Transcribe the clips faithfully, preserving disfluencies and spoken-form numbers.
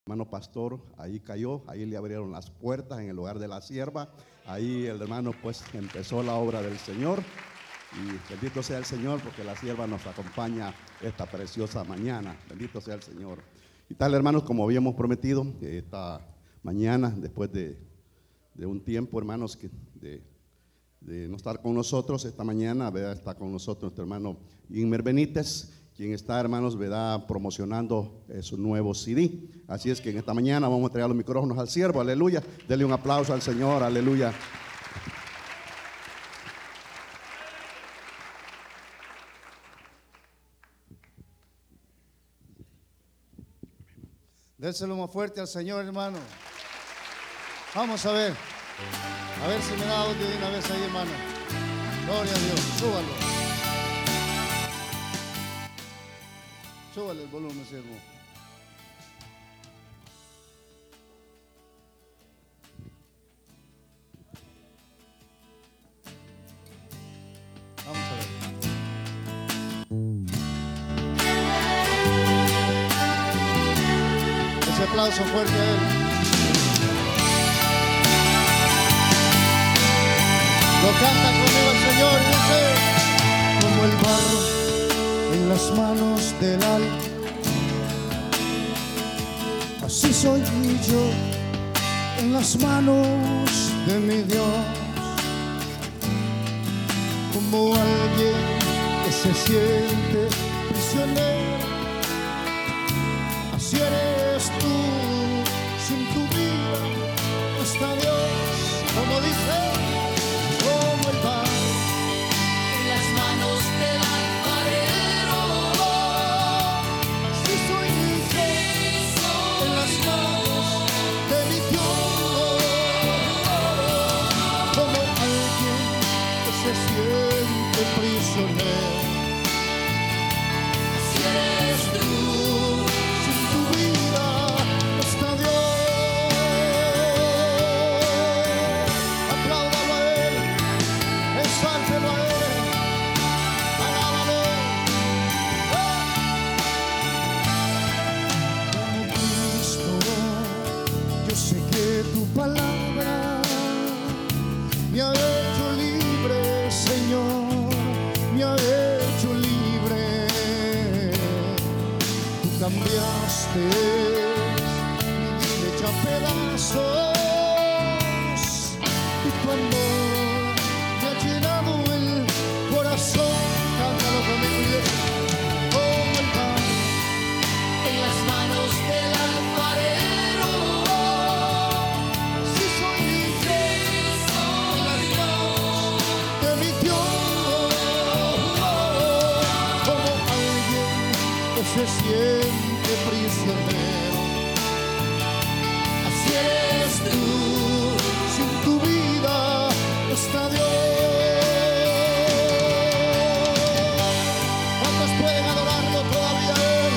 hermano pastor ahí cayó, ahí le abrieron las puertas en el hogar de la sierva. Ahí el hermano pues empezó la obra del Señor. Y bendito sea el Señor, porque la sierva nos acompaña esta preciosa mañana. Bendito sea el Señor. Y tal, hermanos, como habíamos prometido, esta mañana, después de, de un tiempo, hermanos, que de, de no estar con nosotros, esta mañana, ¿verdad?, está con nosotros nuestro hermano Inmer Benítez, quien está, hermanos, ¿verdad?, promocionando eh, su nuevo C D. Así es que en esta mañana vamos a entregar los micrófonos al siervo. Aleluya. Denle un aplauso al Señor. Aleluya. Déselo más fuerte al Señor, hermano. Vamos a ver. A ver si me da audio de una vez ahí, hermano. Gloria a Dios. Súbalo. Súbale el volumen, siervo. Vamos a ver. Ese aplauso fuerte a él. Lo canta conmigo el Señor, dice: como el barro en las manos del alma, así soy yo en las manos de mi Dios. Como alguien que se siente prisionero, así eres tú. Sin tu vida no está Dios. Como dice, como el barro en las manos del alfarero, así soy yo en las manos de mi Dios. Como alguien que se siente prisionero, así eres tú. sin tu vida no está Dios. Apláudalo a Él, exáltelo a Él, alábalo. Como Cristo, yo sé que tu palabra me ha hecho libre, Señor, me ha hecho libre. Tú cambiaste mi vida hecha pedazos, y tu amor me ha llenado el corazón. Cántalo conmigo, iglesia. Como el barro En las manos del alfarero, así soy yo en las manos de mi Dios. Como alguien que se siente prisionero, así eres tú. sin tu vida no está Dios. ¿Cuántos pueden adorarlo todavía a Él?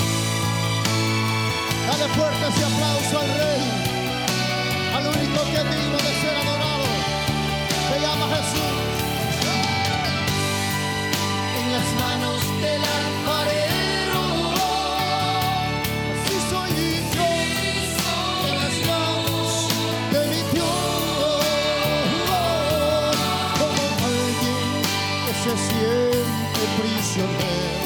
Dale fuerte ese aplauso al Rey, al único que es digno de ser adorado. Se llama Jesús. En las manos del alfarero, Así soy yo en las manos de mi Dios. Como alguien que se siente prisionero,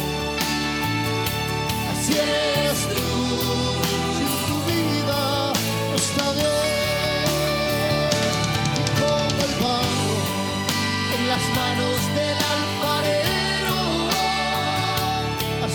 así eres tú. sin tu vida no está Dios. Y como el barro En las manos del alfarero,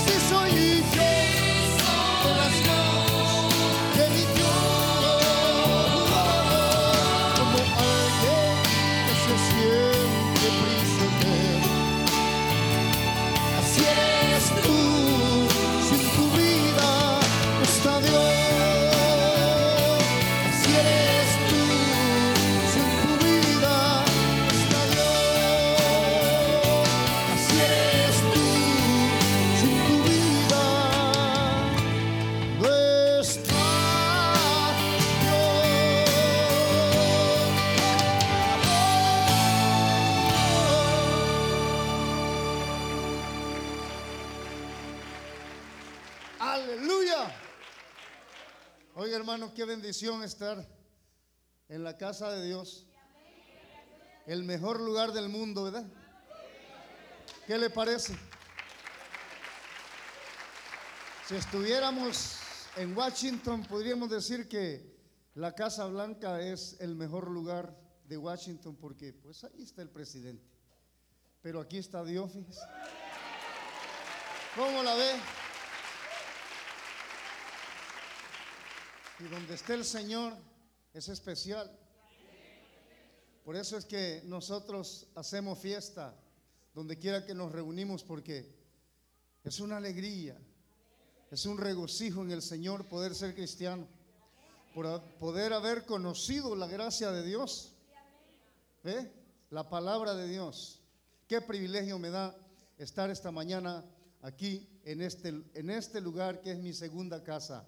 Oiga, hermano, qué bendición estar en la casa de Dios. El mejor lugar del mundo, ¿verdad? ¿Qué le parece? Si estuviéramos en Washington, podríamos decir que la Casa Blanca es el mejor lugar de Washington porque pues ahí está el presidente. Pero aquí está Dios, fíjese. ¿Cómo la ve? Y donde esté el Señor es especial. Por eso es que nosotros hacemos fiesta donde quiera que nos reunimos, porque es una alegría, es un regocijo en el Señor poder ser cristiano, por poder haber conocido la gracia de Dios. ¿Ve? La palabra de Dios. Qué privilegio me da estar esta mañana aquí en este, en este lugar que es mi segunda casa.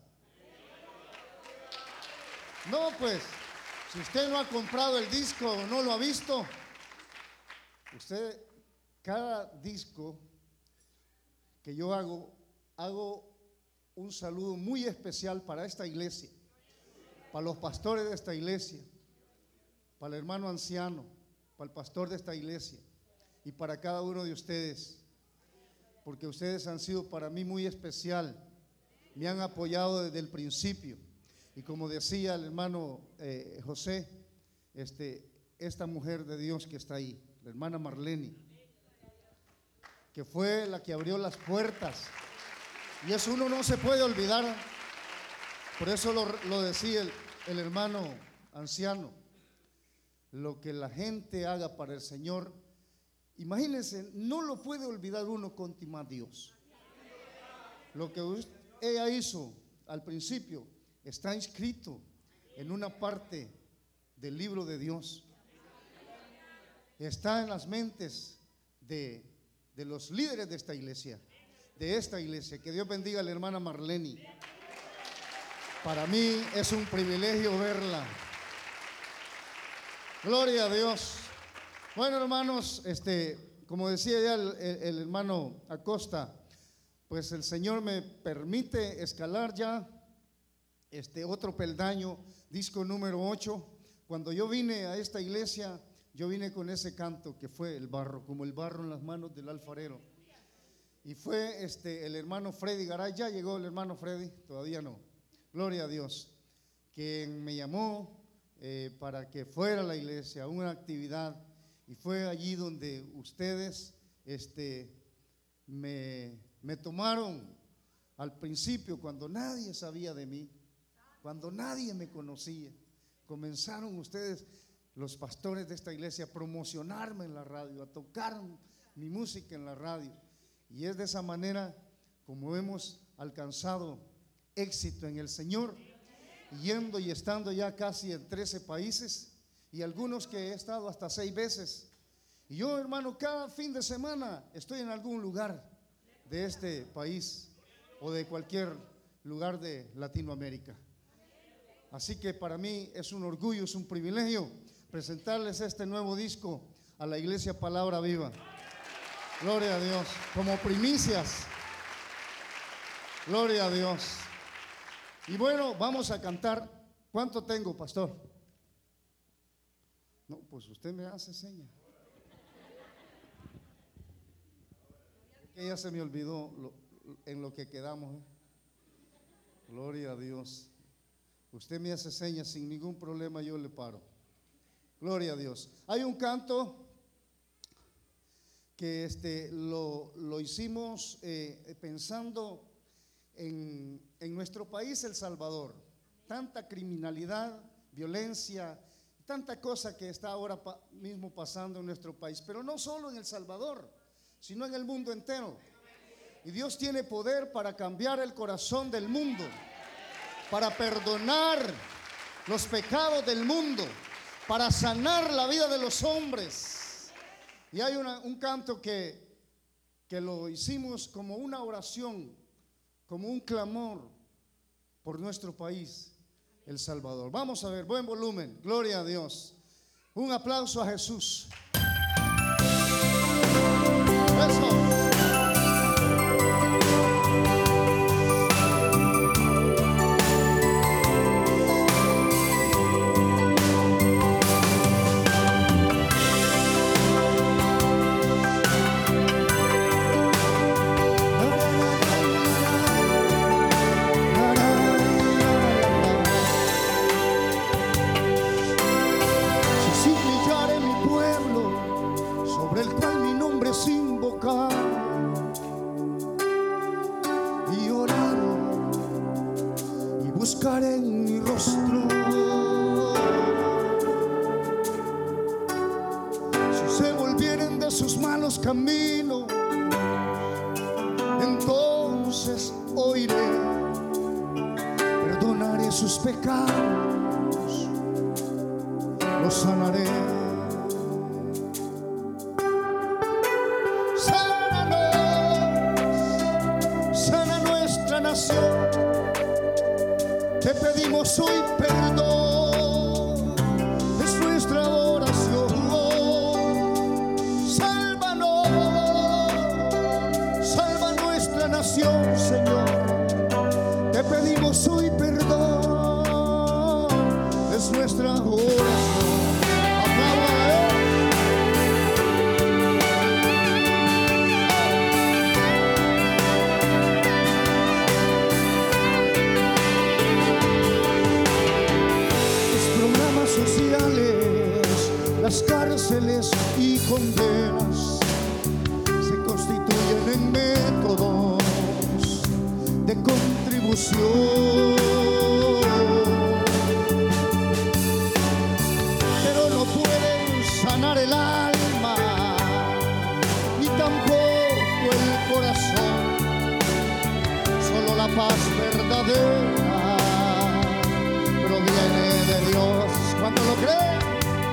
No, pues, si usted no ha comprado el disco o no lo ha visto, usted, cada disco que yo hago, hago un saludo muy especial para esta iglesia, para los pastores de esta iglesia, para el hermano anciano, para el pastor de esta iglesia y para cada uno de ustedes, porque ustedes han sido para mí muy especial, me han apoyado desde el principio. Y como decía el hermano eh, José, este, esta mujer de Dios que está ahí, la hermana Marlene, que fue la que abrió las puertas, y eso uno no se puede olvidar. Por eso lo, lo decía el, el hermano anciano, lo que la gente haga para el Señor, imagínense, no lo puede olvidar uno con timar Dios. Lo que usted, ella hizo al principio está inscrito en una parte del libro de Dios. Está en las mentes de, de los líderes de esta iglesia, de esta iglesia. Que Dios bendiga a la hermana Marlene. Para mí es un privilegio verla. Gloria a Dios. Bueno, hermanos, este, como decía ya el, el, el hermano Acosta, pues el Señor me permite escalar ya este otro peldaño, disco número ocho. Cuando yo vine a esta iglesia, yo vine con ese canto que fue el barro, como el barro en las manos del alfarero. Y fue este el hermano Freddy Garay. Ya llegó el hermano Freddy, todavía no. Gloria a Dios, quien me llamó eh, para que fuera a la iglesia a una actividad, y fue allí donde ustedes este, me, me tomaron al principio, cuando nadie sabía de mí, cuando nadie me conocía. Comenzaron ustedes, los pastores de esta iglesia, a promocionarme en la radio, a tocar mi música en la radio, y es de esa manera como hemos alcanzado éxito en el Señor, yendo y estando ya casi en trece países, y algunos que he estado hasta seis veces. Y yo, hermano, cada fin de semana estoy en algún lugar de este país o de cualquier lugar de Latinoamérica. Así que para mí es un orgullo, es un privilegio presentarles este nuevo disco a la iglesia Palabra Viva. Gloria a Dios, como primicias. Gloria a Dios. Y bueno, vamos a cantar. ¿Cuánto tengo, pastor? No, pues usted me hace seña. Que ya se me olvidó lo, en lo que quedamos, ¿eh? Gloria a Dios. Usted me hace señas, sin ningún problema yo le paro. Gloria a Dios. Hay un canto que este, lo, lo hicimos eh, pensando en, en nuestro país, El Salvador. Tanta criminalidad, violencia, tanta cosa que está ahora pa- mismo pasando en nuestro país. Pero no solo en El Salvador, sino en el mundo entero. Y Dios tiene poder para cambiar el corazón del mundo, para perdonar los pecados del mundo, para sanar la vida de los hombres. Y hay una, un canto que, que lo hicimos como una oración, como un clamor por nuestro país, El Salvador. Vamos a ver, buen volumen, gloria a Dios. Un aplauso a Jesús. Eso. posaré en mi rostro. Si se volvieren de sus malos caminos, entonces oiré, perdonaré sus pecados, los sanaré. Te pedimos hoy perdón, es nuestra oración. Sálvanos, salva nuestra nación, Señor. Te pedimos hoy perdón, es nuestra oración. Las cárceles y condenas se constituyen en métodos de contribución, pero no pueden sanar el alma ni tampoco el corazón. Solo la paz verdadera proviene de Dios. ¿Cuánto lo creen?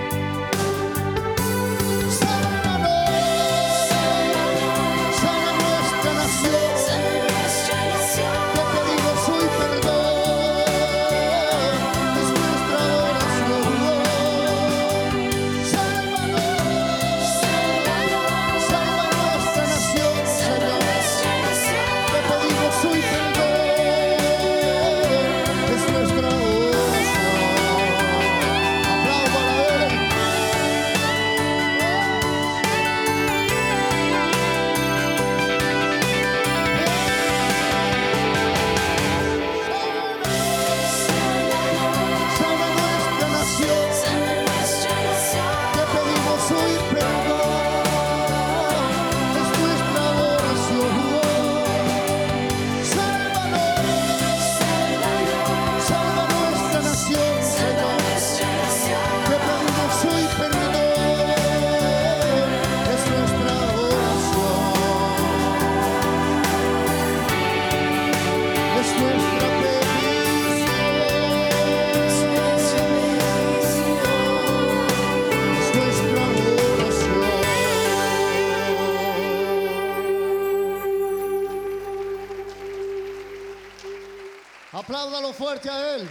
Apláudalo fuerte a Él.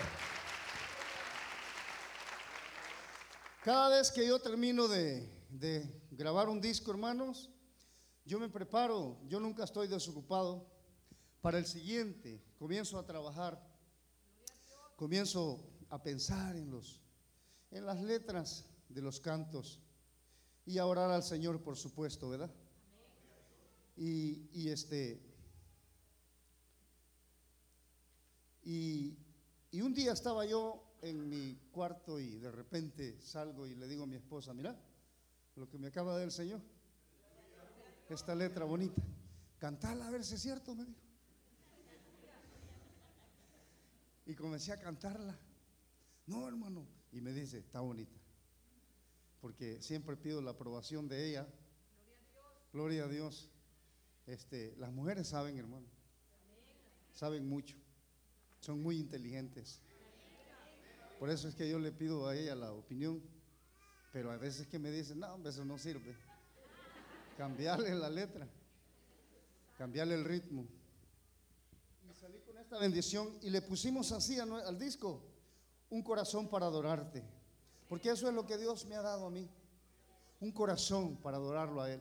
Cada vez que yo termino de, de grabar un disco, hermanos, yo me preparo, yo nunca estoy desocupado para el siguiente. Comienzo a trabajar, comienzo a pensar en, los, en las letras de los cantos y a orar al Señor, por supuesto, ¿verdad? Y, y este... Y, y un día estaba yo en mi cuarto y de repente salgo y le digo a mi esposa: mira lo que me acaba de dar el Señor, esta letra bonita, cantala a ver si es cierto, me dijo. Y comencé a cantarla. No, hermano. Y me dice: está bonita. Porque siempre pido la aprobación de ella. Gloria a Dios. Este, las mujeres saben, hermano, saben mucho. Son muy inteligentes. Por eso es que yo le pido a ella la opinión. Pero a veces que me dicen: no, hombre, eso no sirve. Cambiarle la letra, cambiarle el ritmo. Y salí con esta bendición y le pusimos así al disco: un corazón para adorarte. Porque eso es lo que Dios me ha dado a mí, un corazón para adorarlo a Él.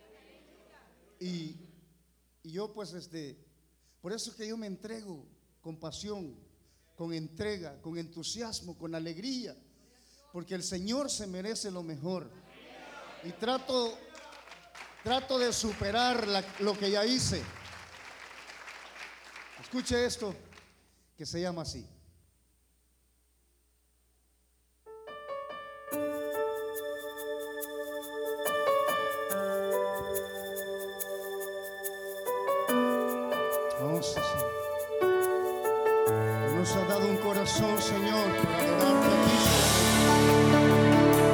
Y, y yo pues este, por eso es que yo me entrego con pasión, con entrega, con entusiasmo, con alegría, porque el Señor se merece lo mejor. Y trato, trato de superar la, lo que ya hice. Escuche esto, que se llama así. Vamos, nos ha dado un corazón corazón, Señor, para adorarte a ti, Señor.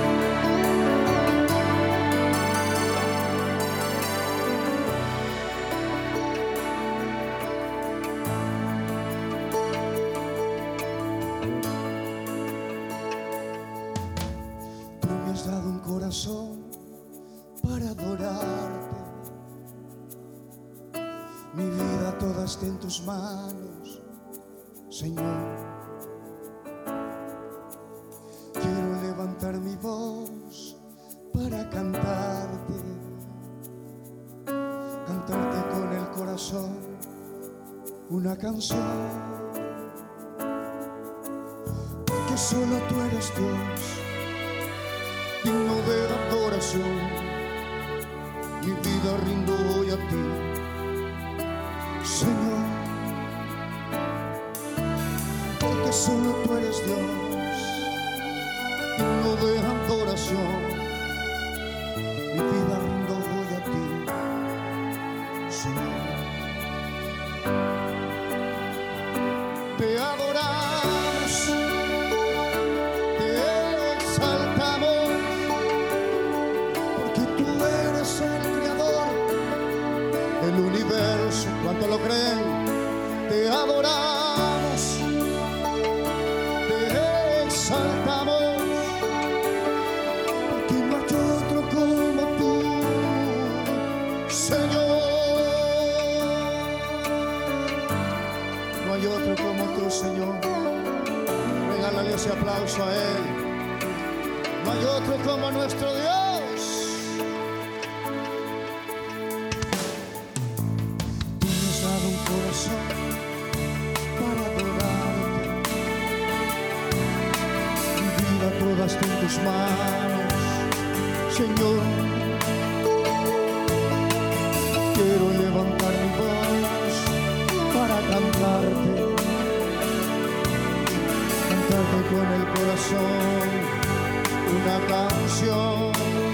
Tú me has dado un corazón para adorarte. Mi vida toda está en tus manos, Señor. Quiero levantar mi voz para cantarte, cantarte con el corazón una canción, porque solo tú eres Dios, digno de adoración. Mi vida rindo hoy a ti, Señor, porque solo tú eres Dios, digno de adoración. Mi vida rindo hoy a ti, Señor. Te adoramos, te exaltamos, porque tú eres el creador del universo. ¿Cuánto lo creen? Te adoramos, te exaltamos, porque no hay otro como tú, Señor. No hay otro como tú, Señor. Regálale ese aplauso a Él. No hay otro como nuestro Dios. Tú me has dado un corazón para adorarte. Mi vida toda está en tus manos, Señor. Quiero levantar mi voz para cantarte, cantarte con el corazón una canción,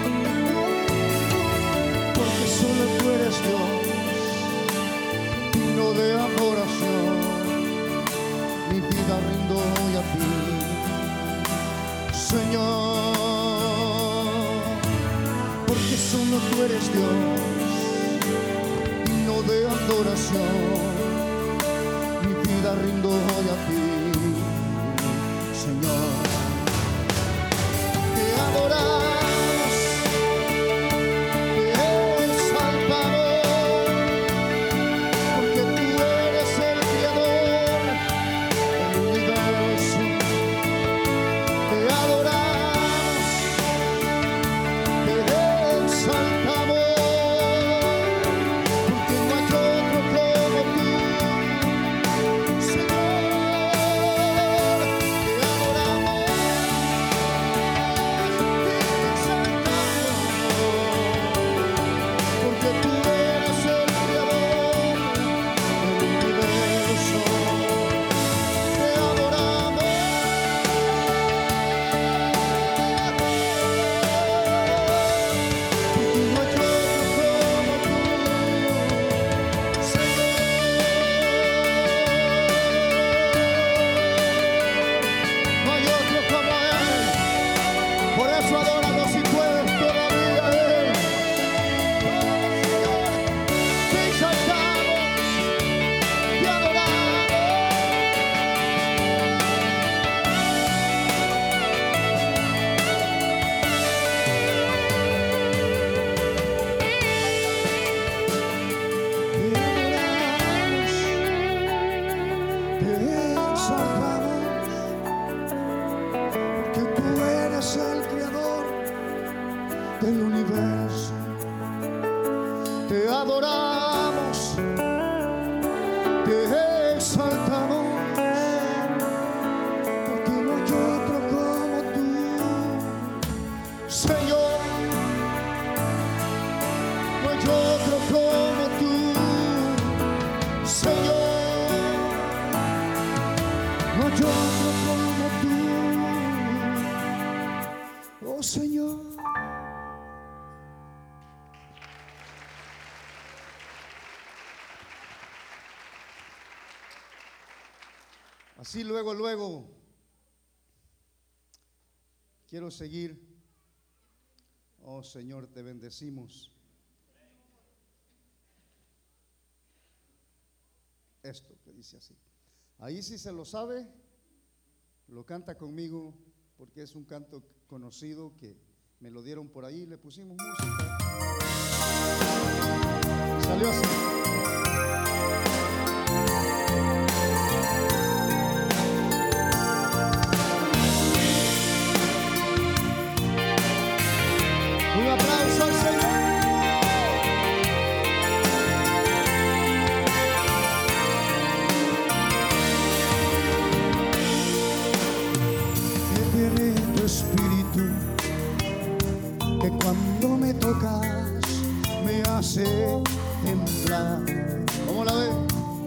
porque solo tú eres Dios, digno de adoración. Mi vida rindo hoy a ti, Señor, porque solo tú eres Dios, digno de adoración. Mi vida rindo hoy a ti, Señor. Te adoramos, te exaltamos, porque tú eres el creador del universo. Te adoramos, te exaltamos, porque no hay otro como tú, Señor. Te adoramos, te exaltamos, porque tú eres el creador del universo. Te adoramos, porque no hay otro como tú, Señor. No hay otro como Él. Por eso adóralo si puedes todavía a Él. Te exaltamos, te adoramos. Te exaltamos, porque tú eres el creador del universo. Te adoramos, te exaltamos, porque no hay otro como tú, Señor. No hay otro como tú, Señor. No hay otro como tú, oh Señor. Así luego, luego quiero seguir. Oh Señor, te bendecimos. Esto que dice así. Ahí sí se lo sabe, lo canta conmigo, porque es un canto conocido que me lo dieron por ahí, le pusimos música. Salió así. Un aplauso al Señor. Que tiene tu espíritu, que cuando me tocas me hace temblar. ¿Cómo la ves?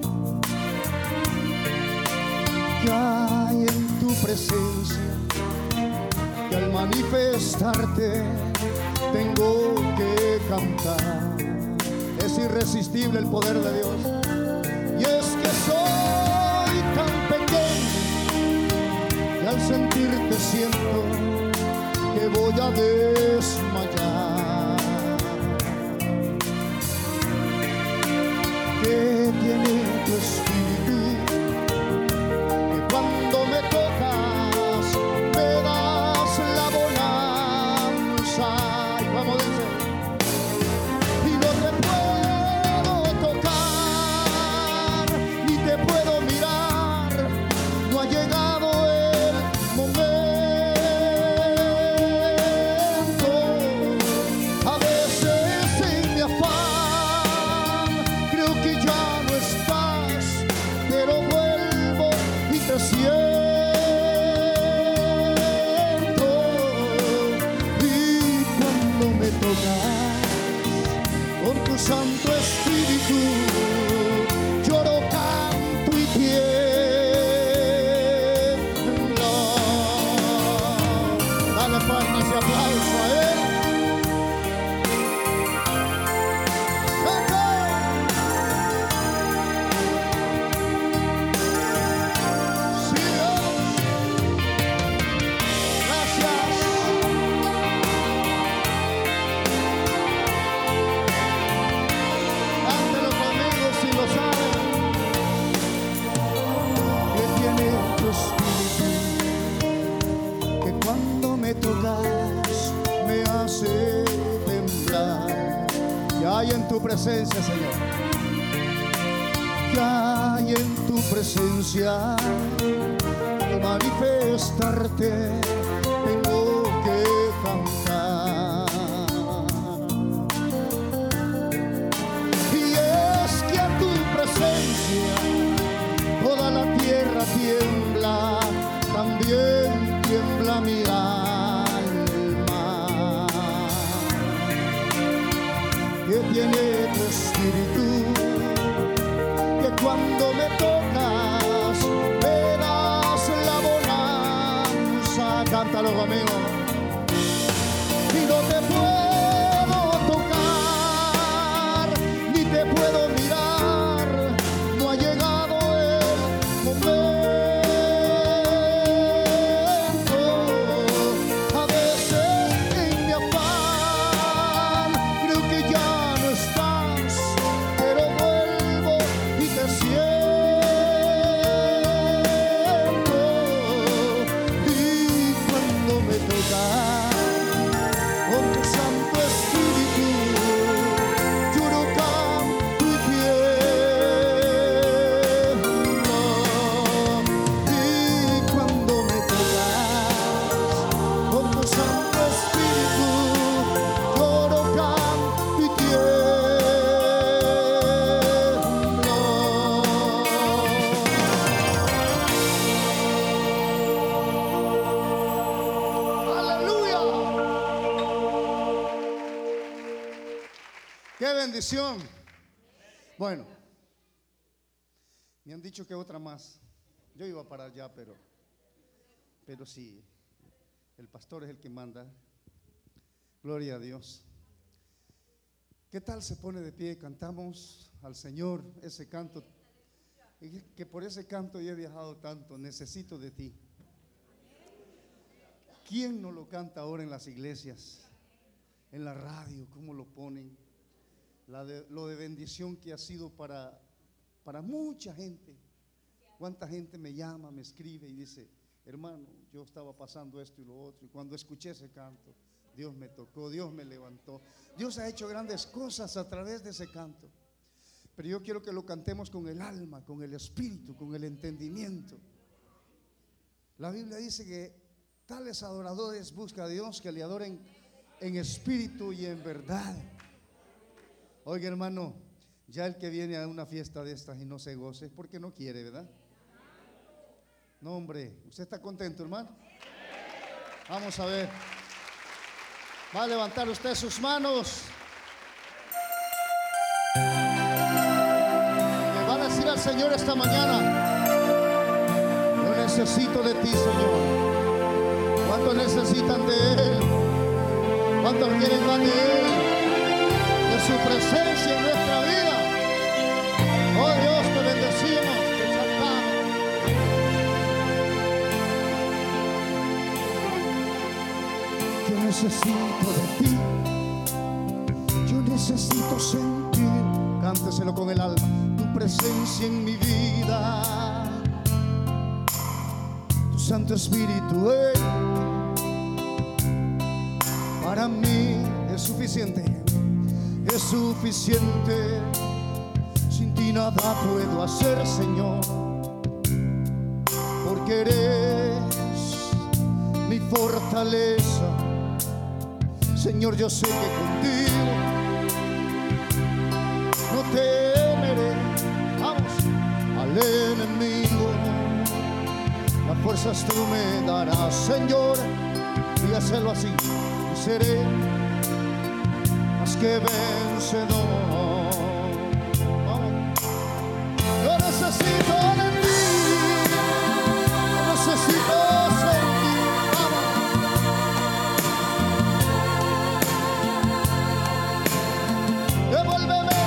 Que hay en tu presencia, que al manifestarte tengo que cantar. Es irresistible el poder de Dios. Y es que soy tan pequeño que al sentirte siento que voy a desmayar. Que tiene tu espíritu, que cuando me tocas me das la bonanza. Y vamos, dice, y no te puedo tocar, ni te puedo mirar, no ha llegado el momento. A veces en mi afán creo que ya no estás, pero vuelvo y te siento. Y cuando me tocas con tu Santo Espíritu, lloro, canto y tiemblo. Dale palmas y aplauso a Él. ¡Canta! Sí, Dios. Gracias. Cántelo conmigo si lo saben. Que tiene tu espíritu, que cuando me tocas me hace temblar. Que hay en tu presencia, Señor. Que hay en tu presencia, al manifestarte tengo que cantar. Y es que a tu presencia toda la tierra tiembla, también tiembla mi alma. Que tiene tu espíritu, que cuando me tocas me das la bonanza. Cántalo conmigo. Y no te puedo tocar, ni te puedo mirar, no ha llegado el momento. A veces en mi afán creo que ya no estás, pero vuelvo y te siento. Y cuando me tocas con tu Santo Espíritu, lloro, canto y tiemblo. Y cuando me tocas con tu Santo Espíritu, lloro, canto y tiemblo. ¡Aleluya! ¡Qué bendición! Bueno, me han dicho que otra más. Yo iba para allá, pero, pero sí, el pastor es el que manda. Gloria a Dios. ¿Qué tal se pone de pie? Cantamos al Señor ese canto. Y que por ese canto yo he viajado tanto. Necesito de ti. ¿Quién no lo canta ahora en las iglesias? En la radio, ¿cómo lo ponen? La de, lo de bendición que ha sido para, para mucha gente. ¿Cuánta gente me llama, me escribe y dice: hermano, yo estaba pasando esto y lo otro, y cuando escuché ese canto, Dios me tocó, Dios me levantó, Dios ha hecho grandes cosas a través de ese canto? Pero yo quiero que lo cantemos con el alma, con el espíritu, con el entendimiento. La Biblia dice que tales adoradores busca a Dios que le adoren en espíritu y en verdad. Oiga, hermano, ya el que viene a una fiesta de estas y no se goce es porque no quiere, ¿verdad? No, hombre, ¿usted está contento, hermano? Vamos a ver. Va a levantar usted sus manos. Le va a decir al Señor esta mañana: yo necesito de ti, Señor. ¿Cuántos necesitan de Él? ¿Cuántos quieren más de Él? De su presencia en nuestra vida. Oh Dios, te bendecimos, te exaltamos. Yo necesito de ti, yo necesito sentir, cánteselo con el alma, tu presencia en mi vida, tu Santo Espíritu, eh, para mí es suficiente, es suficiente. Sin ti nada puedo hacer, Señor, porque eres mi fortaleza. Señor, yo sé que contigo no temeré, vamos, al enemigo. Las fuerzas tú me darás, Señor, dígaselo así, y seré más que vencedor. Vamos. Yo necesito de ti, yo necesito sentir, vamos. Devuélveme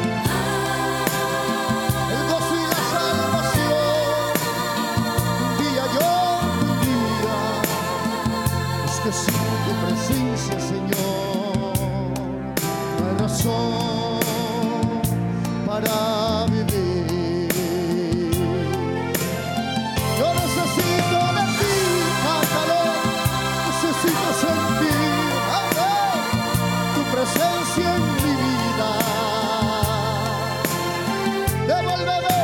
el gozo y la salvación. Un día yo, un día, es que sin tu presencia, Señor, no hay razón para vivir. Yo necesito de ti, cántalo, necesito sentir, amor, tu presencia en mi vida. Devuélveme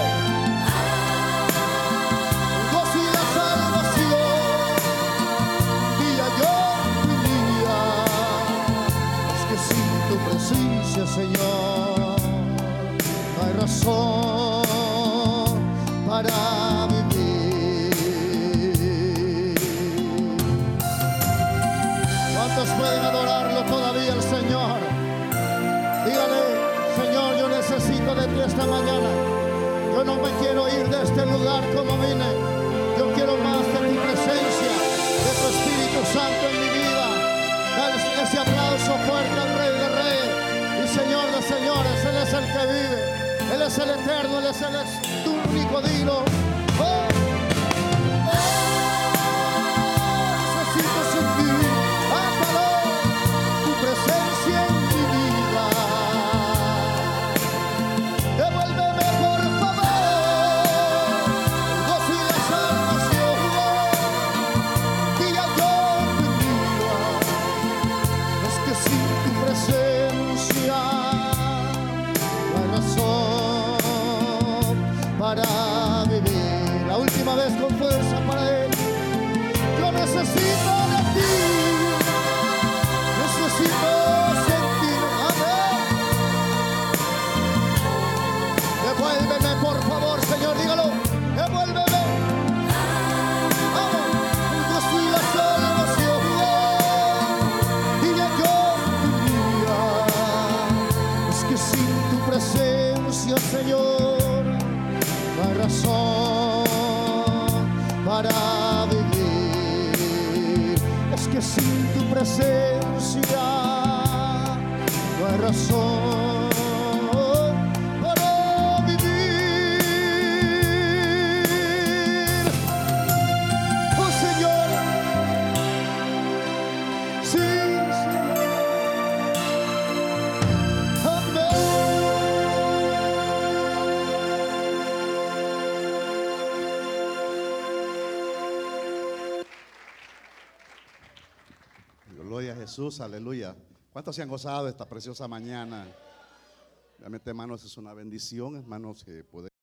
el gozo y la salvación. Día yo vivía, es que sin tu presencia, Señor, no hay razón para vivir. ¿Cuántos pueden adorarlo todavía al Señor? Dígale: Señor, yo necesito de ti esta mañana. Yo no me quiero ir de este lugar como vine. Yo quiero más de tu presencia, de tu Espíritu Santo en mi vida. Dale ese aplauso fuerte al Rey de Reyes y Señor de Señores. Él es el que vive, Él es el eterno, Él es el tu único digno. Oh, oh, necesito sentir, cántalo, tu presencia en mi vida. Devuélveme por favor el gozo y la salvación. Día yo vivía, es que sin tu presencia no hay razón para vivir. La última vez con fuerza para Él. Yo necesito de ti, necesito sentir, amén. Devuélveme por favor, Señor, dígalo, devuélveme, vamos, el gozo y la salvación. Día yo vivía, es que sin tu presencia, Señor, no hay razón para vivir. Es que sin tu presencia no hay razón para vivir. Oh Señor, Jesús, aleluya. ¿Cuántos se han gozado esta preciosa mañana? Realmente, hermanos, es una bendición, hermanos, que poder